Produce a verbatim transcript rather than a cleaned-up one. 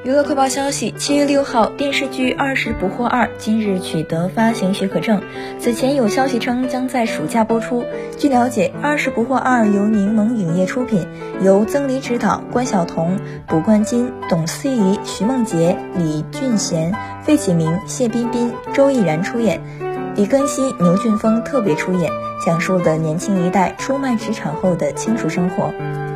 娱乐快报消息，七月六号，电视剧《二十不惑二》今日取得发行许可证。此前有消息称将在暑假播出。据了解，《二十不惑二》由柠檬影业出品，由曾黎执导，关晓彤、卜冠金、董思怡、徐梦洁、李俊贤、费启鸣、谢彬彬、周逸然出演，李根熙、牛俊峰特别出演，讲述的年轻一代出卖职场后的清楚生活。